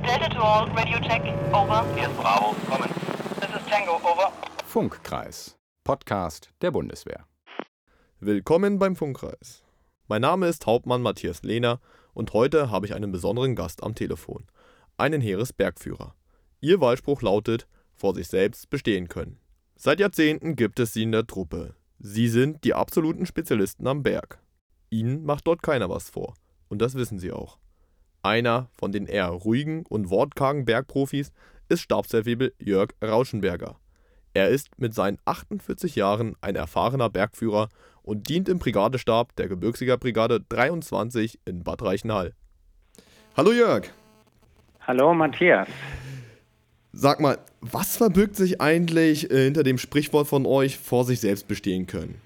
Delta to all, radio check, over. Hier ist Bravo, kommen. This is Tango, over. Funkkreis, Podcast der Bundeswehr. Willkommen beim Funkkreis. Mein Name ist Hauptmann Matthias Lehner und heute habe ich einen besonderen Gast am Telefon, einen Heeresbergführer. Ihr Wahlspruch lautet, vor sich selbst bestehen können. Seit Jahrzehnten gibt es sie in der Truppe. Sie sind die absoluten Spezialisten am Berg. Ihnen macht dort keiner was vor. Und das wissen sie auch. Einer von den eher ruhigen und wortkargen Bergprofis ist Stabsfeldwebel Jörg Rauschenberger. Er ist mit seinen 48 Jahren ein erfahrener Bergführer und dient im Brigadestab der Gebirgsjägerbrigade 23 in Bad Reichenhall. Hallo Jörg. Hallo Matthias. Sag mal, was verbirgt sich eigentlich hinter dem Sprichwort von euch, vor sich selbst bestehen können?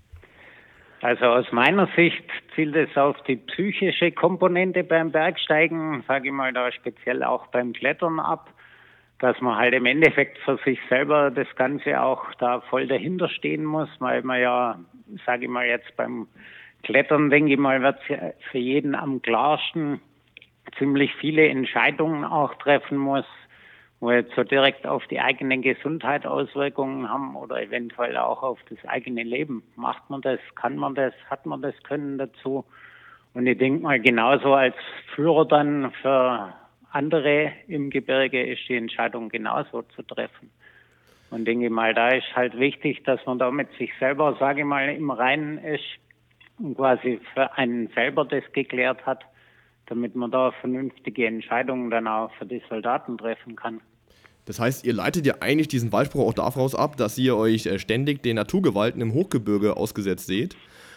Also aus meiner Sicht zielt es auf die psychische Komponente beim Bergsteigen, sage ich mal da speziell auch beim Klettern ab, dass man halt im Endeffekt für sich selber das Ganze auch da voll dahinter stehen muss, weil man ja, sage ich mal jetzt beim Klettern, denke ich mal, wird es für jeden am klarsten ziemlich viele Entscheidungen auch treffen muss, wo jetzt so direkt auf die eigene Gesundheit Auswirkungen haben oder eventuell auch auf das eigene Leben. Macht man das, kann man das, hat man das Können dazu? Und ich denke mal, genauso als Führer dann für andere im Gebirge ist die Entscheidung genauso zu treffen. Und denke mal, da ist halt wichtig, dass man da mit sich selber, sage ich mal, im Reinen ist und quasi für einen selber das geklärt hat, damit man da vernünftige Entscheidungen dann auch für die Soldaten treffen kann. Das heißt, ihr leitet ja eigentlich diesen Wahlspruch auch daraus ab, dass ihr euch ständig den Naturgewalten im Hochgebirge ausgesetzt seht.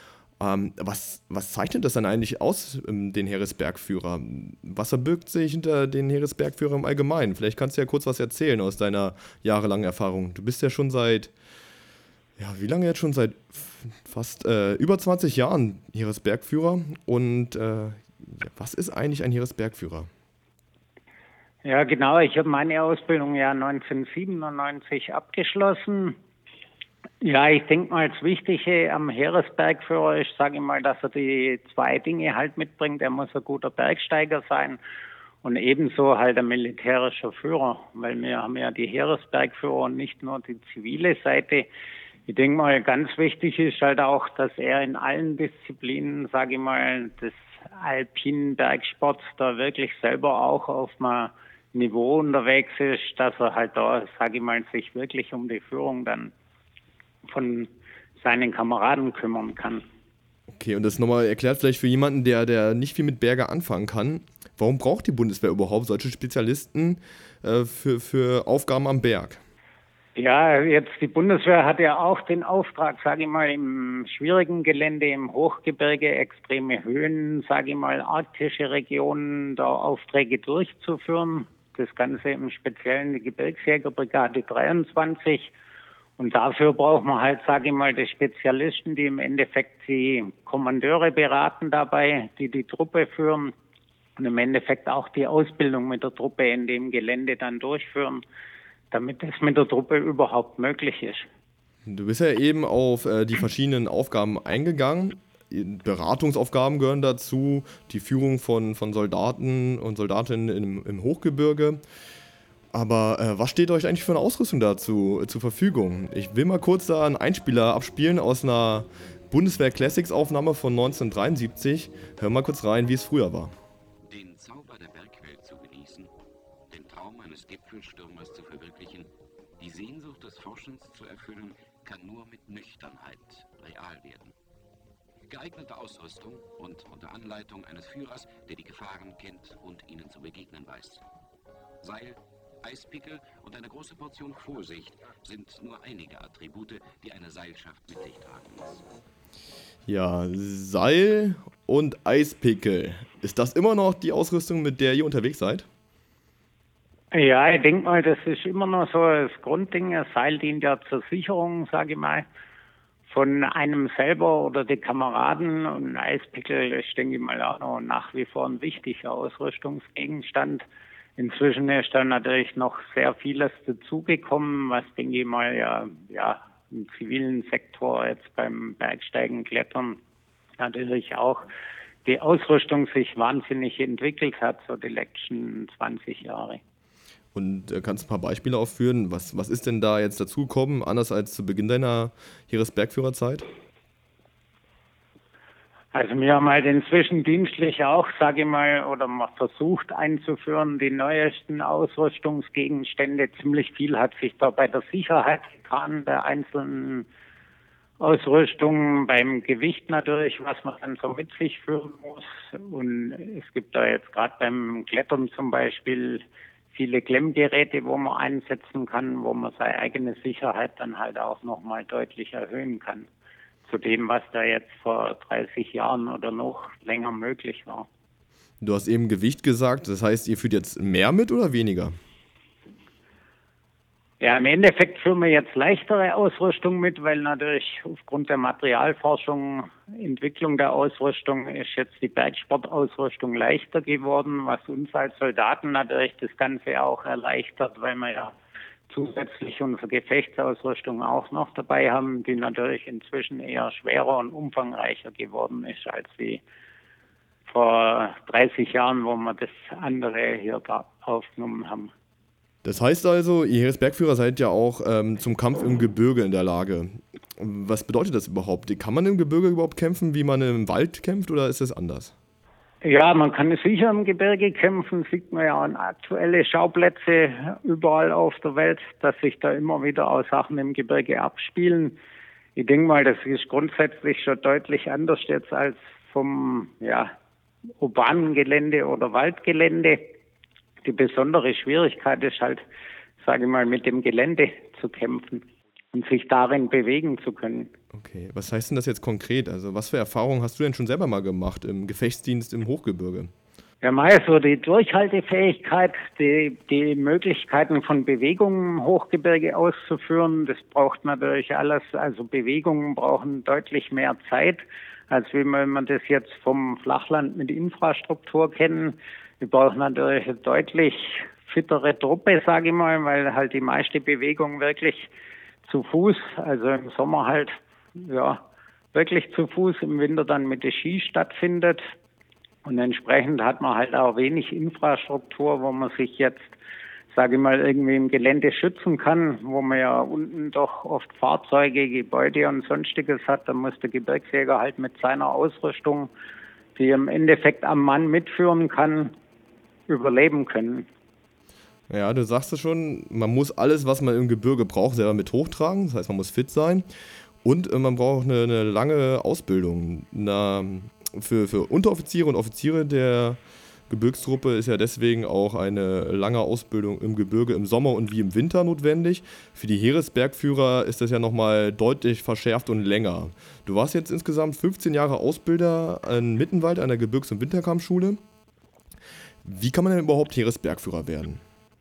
Was zeichnet das dann eigentlich aus, den Heeresbergführer? Was verbirgt sich hinter den Heeresbergführer im Allgemeinen? Vielleicht kannst du ja kurz was erzählen aus deiner jahrelangen Erfahrung. Du bist ja schon seit, wie lange jetzt schon? Seit fast über 20 Jahren Heeresbergführer. Und was ist eigentlich ein Heeresbergführer? Ja, genau. Ich habe meine Ausbildung ja 1997 abgeschlossen. Ja, ich denke mal, das Wichtige am Heeresbergführer ist, sage ich mal, dass er die zwei Dinge halt mitbringt. Er muss ein guter Bergsteiger sein und ebenso halt ein militärischer Führer, weil wir haben ja die Heeresbergführer und nicht nur die zivile Seite. Ich denke mal, ganz wichtig ist halt auch, dass er in allen Disziplinen, sage ich mal, des alpinen Bergsports da wirklich selber auch auf einem Niveau unterwegs ist, dass er halt da, sage ich mal, sich wirklich um die Führung dann von seinen Kameraden kümmern kann. Okay, und das nochmal erklärt vielleicht für jemanden, der nicht viel mit Berge anfangen kann. Warum braucht die Bundeswehr überhaupt solche Spezialisten für Aufgaben am Berg? Ja, jetzt die Bundeswehr hat ja auch den Auftrag, sage ich mal, im schwierigen Gelände, im Hochgebirge, extreme Höhen, sage ich mal, arktische Regionen, da Aufträge durchzuführen. Das Ganze im Speziellen die Gebirgsjägerbrigade 23. Und dafür braucht man halt, sage ich mal, die Spezialisten, die im Endeffekt die Kommandeure beraten dabei, die die Truppe führen und im Endeffekt auch die Ausbildung mit der Truppe in dem Gelände dann durchführen, damit es mit der Truppe überhaupt möglich ist. Du bist ja eben auf die verschiedenen Aufgaben eingegangen. Beratungsaufgaben gehören dazu, die Führung von Soldaten und Soldatinnen im Hochgebirge. Aber was steht euch eigentlich für eine Ausrüstung dazu zur Verfügung? Ich will mal kurz da einen Einspieler abspielen aus einer Bundeswehr Classics Aufnahme von 1973. Hör mal kurz rein, wie es früher war. Den Zauber der Bergwelt zu genießen, den Traum eines Gipfelstürmers zu verwirklichen, die Sehnsucht des Forschens zu erfüllen, kann nur mit Nüchternheit real werden. Geeignete Ausrüstung und unter Anleitung eines Führers, der die Gefahren kennt und ihnen zu begegnen weiß. Seil, Eispickel und eine große Portion Vorsicht sind nur einige Attribute, die eine Seilschaft mit sich tragen muss. Ja, Seil und Eispickel. Ist das immer noch die Ausrüstung, mit der ihr unterwegs seid? Ja, ich denke mal, das ist immer noch so das Grundding. Das Seil dient ja zur Sicherung, sage ich mal, von einem selber oder die Kameraden. Und ein Eispickel ist, denke ich mal, auch noch nach wie vor ein wichtiger Ausrüstungsgegenstand. Inzwischen ist dann natürlich noch sehr vieles dazugekommen, was, denke ich mal, ja im zivilen Sektor jetzt beim Bergsteigen, Klettern natürlich auch die Ausrüstung sich wahnsinnig entwickelt hat, so die letzten 20 Jahre. Und kannst du ein paar Beispiele aufführen? Was ist denn da jetzt dazugekommen, anders als zu Beginn deiner Heeresbergführerzeit? Also wir haben halt inzwischen dienstlich auch, sage ich mal, oder man versucht einzuführen, die neuesten Ausrüstungsgegenstände. Ziemlich viel hat sich da bei der Sicherheit getan, der einzelnen Ausrüstung, beim Gewicht natürlich, was man dann so mit sich führen muss. Und es gibt da jetzt gerade beim Klettern zum Beispiel viele Klemmgeräte, wo man einsetzen kann, wo man seine eigene Sicherheit dann halt auch nochmal deutlich erhöhen kann. Zu dem, was da jetzt vor 30 Jahren oder noch länger möglich war. Du hast eben Gewicht gesagt, das heißt, ihr führt jetzt mehr mit oder weniger? Ja, im Endeffekt führen wir jetzt leichtere Ausrüstung mit, weil natürlich aufgrund der Materialforschung, Entwicklung der Ausrüstung ist jetzt die Bergsportausrüstung leichter geworden, was uns als Soldaten natürlich das Ganze auch erleichtert, weil wir ja zusätzlich unsere Gefechtsausrüstung auch noch dabei haben, die natürlich inzwischen eher schwerer und umfangreicher geworden ist als wie vor 30 Jahren, wo wir das andere hier aufgenommen haben. Das heißt also, ihr Heeresbergführer seid ja auch zum Kampf im Gebirge in der Lage. Was bedeutet das überhaupt? Kann man im Gebirge überhaupt kämpfen, wie man im Wald kämpft, oder ist das anders? Ja, man kann sicher im Gebirge kämpfen, sieht man ja an aktuelle Schauplätze überall auf der Welt, dass sich da immer wieder auch Sachen im Gebirge abspielen. Ich denke mal, das ist grundsätzlich schon deutlich anders jetzt als vom urbanen Gelände oder Waldgelände. Die besondere Schwierigkeit ist halt, sage ich mal, mit dem Gelände zu kämpfen und sich darin bewegen zu können. Okay, was heißt denn das jetzt konkret? Also was für Erfahrungen hast du denn schon selber mal gemacht im Gefechtsdienst im Hochgebirge? Ja, meist so die Durchhaltefähigkeit, die Möglichkeiten von Bewegungen im Hochgebirge auszuführen, das braucht natürlich alles. Also Bewegungen brauchen deutlich mehr Zeit, als wenn man das jetzt vom Flachland mit Infrastruktur kennen. Wir brauchen natürlich eine deutlich fittere Truppe, sage ich mal, weil halt die meiste Bewegung wirklich zu Fuß, also im Sommer halt wirklich zu Fuß, im Winter dann mit der Ski stattfindet. Und entsprechend hat man halt auch wenig Infrastruktur, wo man sich jetzt, sage ich mal, irgendwie im Gelände schützen kann, wo man ja unten doch oft Fahrzeuge, Gebäude und Sonstiges hat. Da muss der Gebirgsjäger halt mit seiner Ausrüstung, die im Endeffekt am Mann mitführen kann, überleben können. Ja, du sagst es schon, man muss alles, was man im Gebirge braucht, selber mit hochtragen. Das heißt, man muss fit sein. Und man braucht eine lange Ausbildung. Für Unteroffiziere und Offiziere der Gebirgstruppe ist ja deswegen auch eine lange Ausbildung im Gebirge im Sommer und wie im Winter notwendig. Für die Heeresbergführer ist das ja nochmal deutlich verschärft und länger. Du warst jetzt insgesamt 15 Jahre Ausbilder in Mittenwald an der Gebirgs- und Winterkampfschule. Wie kann man denn überhaupt Heeresbergführer werden?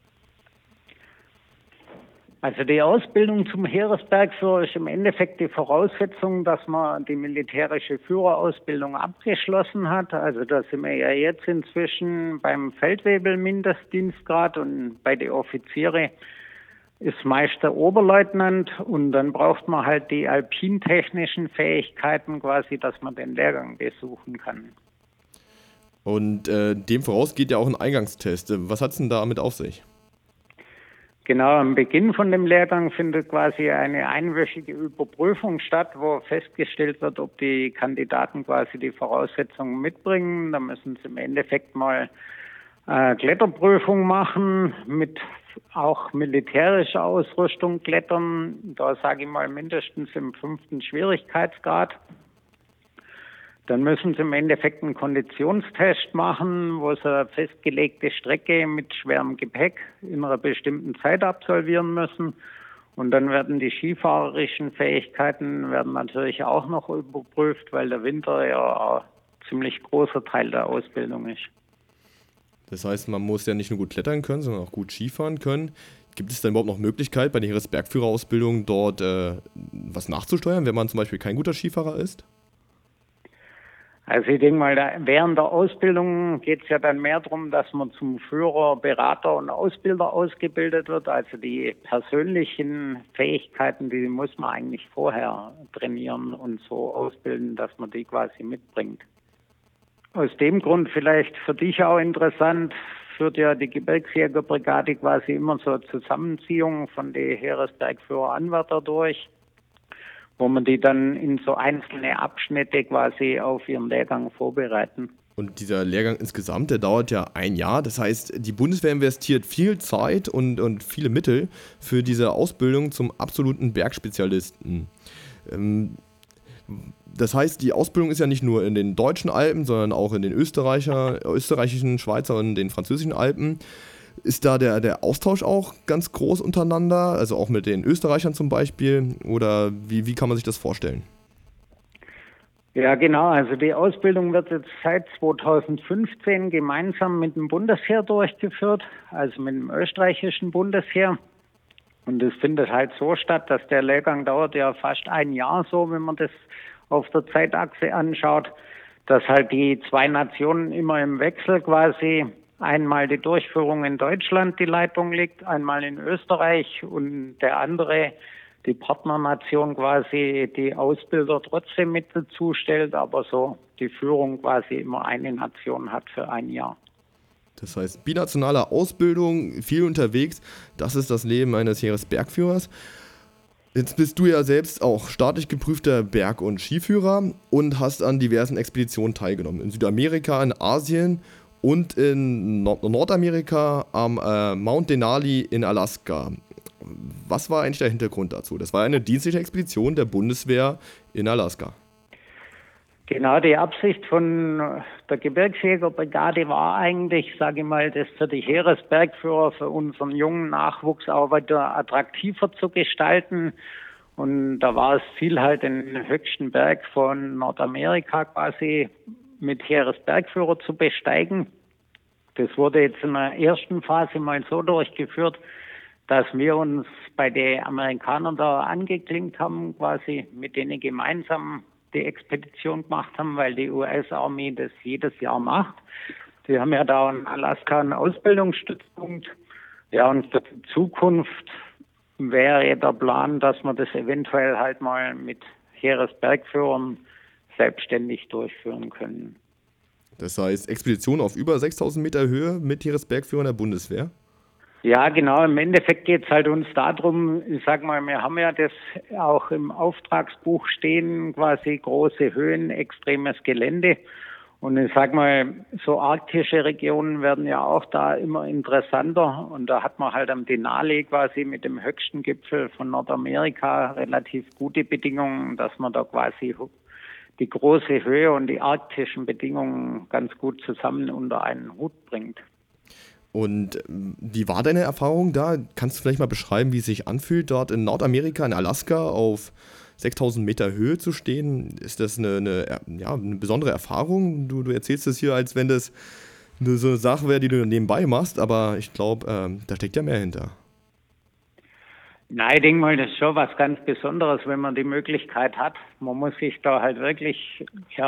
Also die Ausbildung zum Heeresbergführer ist im Endeffekt die Voraussetzung, dass man die militärische Führerausbildung abgeschlossen hat. Also da sind wir ja jetzt inzwischen beim Feldwebel-Mindestdienstgrad und bei den Offiziere ist meist der Oberleutnant und dann braucht man halt die alpintechnischen Fähigkeiten quasi, dass man den Lehrgang besuchen kann. Und dem voraus geht ja auch ein Eingangstest. Was hat es denn damit auf sich? Genau, am Beginn von dem Lehrgang findet quasi eine einwöchige Überprüfung statt, wo festgestellt wird, ob die Kandidaten quasi die Voraussetzungen mitbringen. Da müssen sie im Endeffekt mal Kletterprüfung machen, mit auch militärischer Ausrüstung klettern. Da sage ich mal mindestens im 5. Schwierigkeitsgrad. Dann müssen sie im Endeffekt einen Konditionstest machen, wo sie eine festgelegte Strecke mit schwerem Gepäck in einer bestimmten Zeit absolvieren müssen. Und dann werden die skifahrerischen Fähigkeiten natürlich auch noch überprüft, weil der Winter ja ein ziemlich großer Teil der Ausbildung ist. Das heißt, man muss ja nicht nur gut klettern können, sondern auch gut Skifahren können. Gibt es denn überhaupt noch Möglichkeit, bei der Heeresbergführerausbildung dort was nachzusteuern, wenn man zum Beispiel kein guter Skifahrer ist? Also ich denke mal, während der Ausbildung geht es ja dann mehr darum, dass man zum Führer, Berater und Ausbilder ausgebildet wird. Also die persönlichen Fähigkeiten, die muss man eigentlich vorher trainieren und so ausbilden, dass man die quasi mitbringt. Aus dem Grund vielleicht für dich auch interessant, führt ja die Gebirgsjägerbrigade quasi immer so Zusammenziehungen von den Heeresbergführer-Anwärter durch, wo man die dann in so einzelne Abschnitte quasi auf ihren Lehrgang vorbereiten. Und dieser Lehrgang insgesamt, der dauert ja ein Jahr. Das heißt, die Bundeswehr investiert viel Zeit und viele Mittel für diese Ausbildung zum absoluten Bergspezialisten. Das heißt, die Ausbildung ist ja nicht nur in den deutschen Alpen, sondern auch in den österreichischen, Schweizer und den französischen Alpen. Ist da der Austausch auch ganz groß untereinander, also auch mit den Österreichern zum Beispiel? Oder wie kann man sich das vorstellen? Ja, genau. Also die Ausbildung wird jetzt seit 2015 gemeinsam mit dem Bundesheer durchgeführt, also mit dem österreichischen Bundesheer. Und es findet halt so statt, dass der Lehrgang dauert ja fast ein Jahr so, wenn man das auf der Zeitachse anschaut, dass halt die zwei Nationen immer im Wechsel quasi einmal die Durchführung in Deutschland die Leitung liegt, einmal in Österreich und der andere, die Partnernation quasi die Ausbilder trotzdem mit dazu stellt, aber so die Führung quasi immer eine Nation hat für ein Jahr. Das heißt, binationale Ausbildung, viel unterwegs, das ist das Leben eines Heeresbergführers. Jetzt bist du ja selbst auch staatlich geprüfter Berg- und Skiführer und hast an diversen Expeditionen teilgenommen. In Südamerika, in Asien und in Nordamerika am Mount Denali in Alaska. Was war eigentlich der Hintergrund dazu? Das war eine dienstliche Expedition der Bundeswehr in Alaska. Genau, die Absicht von der Gebirgsjägerbrigade war eigentlich, sage ich mal, das für die Heeresbergführer, für unseren jungen Nachwuchs auch weiter attraktiver zu gestalten. Und da war es Ziel halt, den höchsten Berg von Nordamerika quasi mit Heeresbergführer zu besteigen. Das wurde jetzt in der ersten Phase mal so durchgeführt, dass wir uns bei den Amerikanern da angeklinkt haben, quasi mit denen gemeinsam die Expedition gemacht haben, weil die US-Army das jedes Jahr macht. Die haben ja da in Alaska einen Ausbildungsstützpunkt. Ja, und für die Zukunft wäre der Plan, dass wir das eventuell halt mal mit Heeresbergführern selbstständig durchführen können. Das heißt, Expedition auf über 6000 Meter Höhe mit Heeresbergführern der Bundeswehr? Ja, genau. Im Endeffekt geht es halt uns darum, ich sag mal, wir haben ja das auch im Auftragsbuch stehen, quasi große Höhen, extremes Gelände. Und ich sag mal, so arktische Regionen werden ja auch da immer interessanter. Und da hat man halt am Denali quasi mit dem höchsten Gipfel von Nordamerika relativ gute Bedingungen, dass man da quasi die große Höhe und die arktischen Bedingungen ganz gut zusammen unter einen Hut bringt. Und wie war deine Erfahrung da? Kannst du vielleicht mal beschreiben, wie es sich anfühlt, dort in Nordamerika, in Alaska auf 6000 Meter Höhe zu stehen? Ist das eine besondere Erfahrung? Du erzählst es hier, als wenn das so eine Sache wäre, die du nebenbei machst, aber ich glaube, da steckt ja mehr hinter. Nein, ich denke mal, das ist schon was ganz Besonderes, wenn man die Möglichkeit hat. Man muss sich da halt wirklich,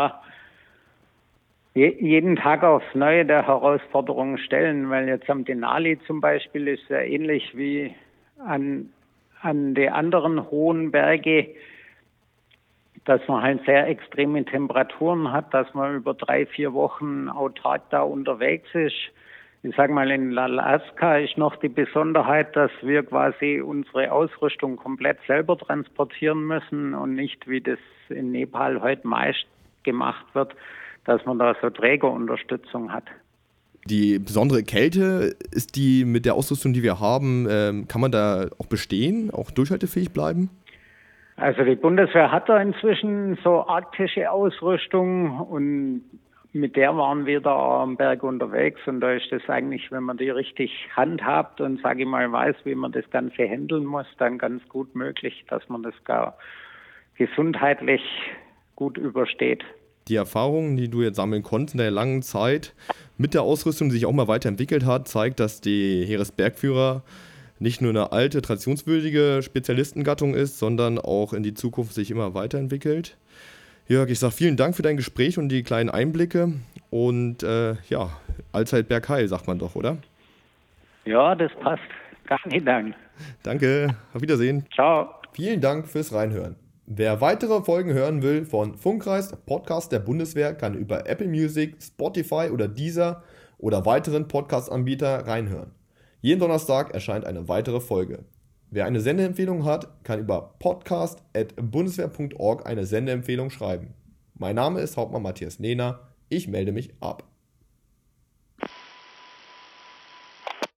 jeden Tag aufs Neue der Herausforderungen stellen, weil jetzt am Denali zum Beispiel ist ja ähnlich wie an den anderen hohen Berge, dass man halt sehr extreme Temperaturen hat, dass man über 3-4 Wochen autark da unterwegs ist. Ich sage mal, in Alaska ist noch die Besonderheit, dass wir quasi unsere Ausrüstung komplett selber transportieren müssen und nicht, wie das in Nepal heute meist gemacht wird, dass man da so Trägerunterstützung hat. Die besondere Kälte, ist die mit der Ausrüstung, die wir haben, kann man da auch bestehen, auch durchhaltefähig bleiben? Also die Bundeswehr hat da inzwischen so arktische Ausrüstung und mit der waren wir da am Berg unterwegs und da ist das eigentlich, wenn man die richtig handhabt und, sage ich mal, weiß, wie man das Ganze handeln muss, dann ganz gut möglich, dass man das gar gesundheitlich gut übersteht. Die Erfahrungen, die du jetzt sammeln konntest in der langen Zeit mit der Ausrüstung, die sich auch mal weiterentwickelt hat, zeigt, dass die Heeresbergführer nicht nur eine alte, traditionswürdige Spezialistengattung ist, sondern auch in die Zukunft sich immer weiterentwickelt. Jörg, ich sage vielen Dank für dein Gespräch und die kleinen Einblicke und allzeit bergheil, sagt man doch, oder? Ja, das passt. Vielen Dank. Danke, auf Wiedersehen. Ciao. Vielen Dank fürs Reinhören. Wer weitere Folgen hören will von Funkkreis, Podcast der Bundeswehr, kann über Apple Music, Spotify oder Deezer oder weiteren Podcast-Anbieter reinhören. Jeden Donnerstag erscheint eine weitere Folge. Wer eine Sendeempfehlung hat, kann über podcast@bundeswehr.org eine Sendeempfehlung schreiben. Mein Name ist Hauptmann Matthias Lehner. Ich melde mich ab.